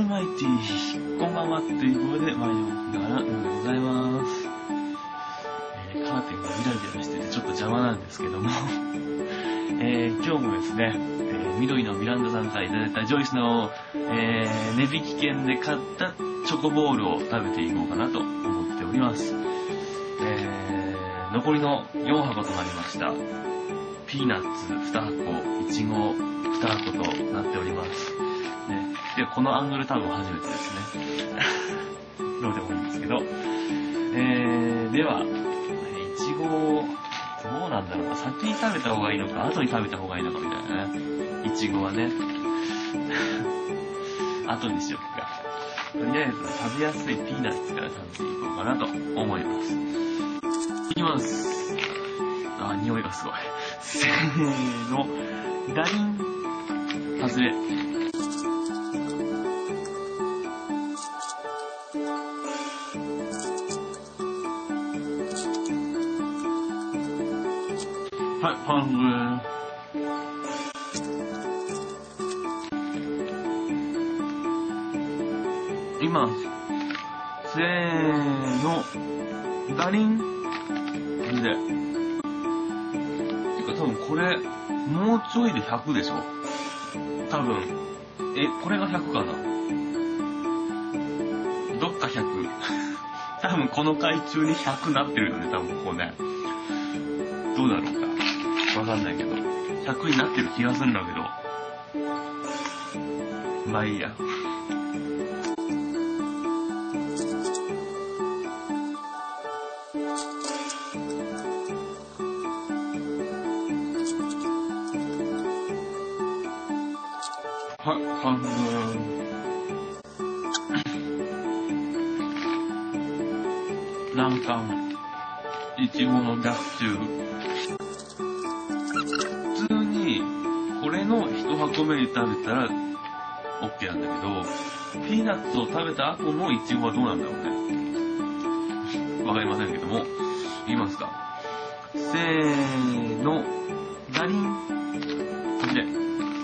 ルマイティ、こんばんはということで、マリオンからでございます。カーテンがビラビラしててちょっと邪魔なんですけども、今日もですね、緑のミランダさんからいただいたジョイスの、値引き券で買ったチョコボールを食べていこうかなと思っております。残りの4箱となりました。ピーナッツ2箱、イチゴ2箱となっております。ね、で、このアングル多分初めてですね。どうでもいいんですけど。では、イチゴを、どうなんだろうな。先に食べた方がいいのか、後に食べた方がいいのかみたいなね。イチゴはね。後にしよっか。とりあえず食べやすいピーナッツから食べていこうかなと思います。いきます。あ、匂いがすごい。せーの。ダリン。外れ。はい、半分。いきます。せーの。ダリン。外れ。てか多分これ、もうちょいで100でしょ？多分。これが100かな？どっか100。多分この回中に100なってるよね、多分ここね。どうだろうか。わかんないけど。100になってる気がするんだけど。まあいいや。はい、半分。難関。いちごの逆中。普通に、これの一箱目に食べたら、OK なんだけど、ピーナッツを食べた後のいちごはどうなんだろうね。わかりませんけども、言いますか。せーの、ダリン。外れ。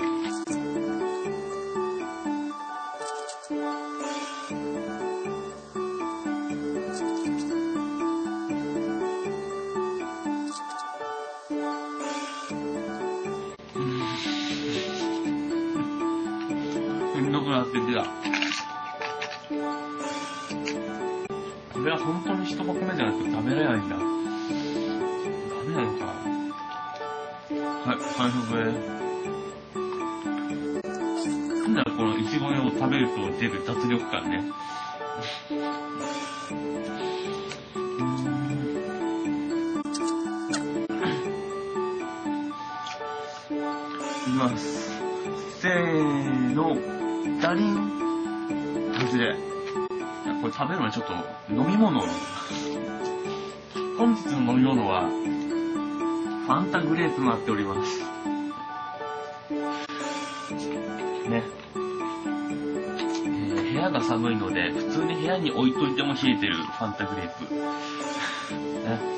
しんどくなってきた。これは本当に一箱目じゃなくて食べれないんだ。ダメなのか。はい、完食です。なんだこのイチゴを食べると出る脱力感ね。いきます。せーの。ダリン。外れ。これ食べるのはちょっと飲み物。本日の飲み物はファンタグレープとなっております。ね。部屋が寒いので普通に部屋に置いといても冷えてるファンタグレープ。ね。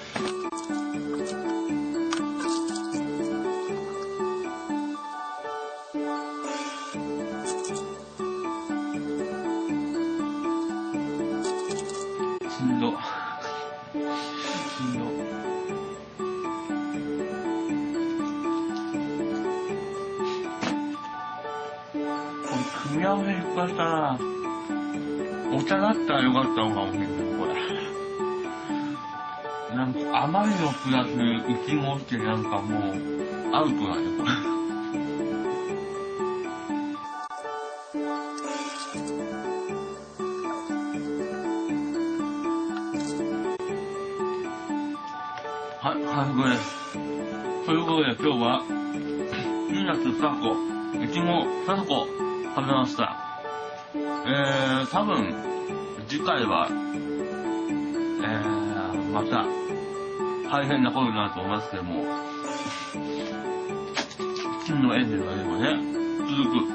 しんど。これ組み合わせいっぱいしたら、お茶だったらよかったのかもしれない、これ。なんか甘いのプラスイチゴってなんかもうアウトだね、これ。はい、完食です。ということで今日は、ピーナッツ2箱、イチゴ2箱食べました。多分、次回は、また、大変なことになると思いますけども、金のエンジェルがでもね、続く。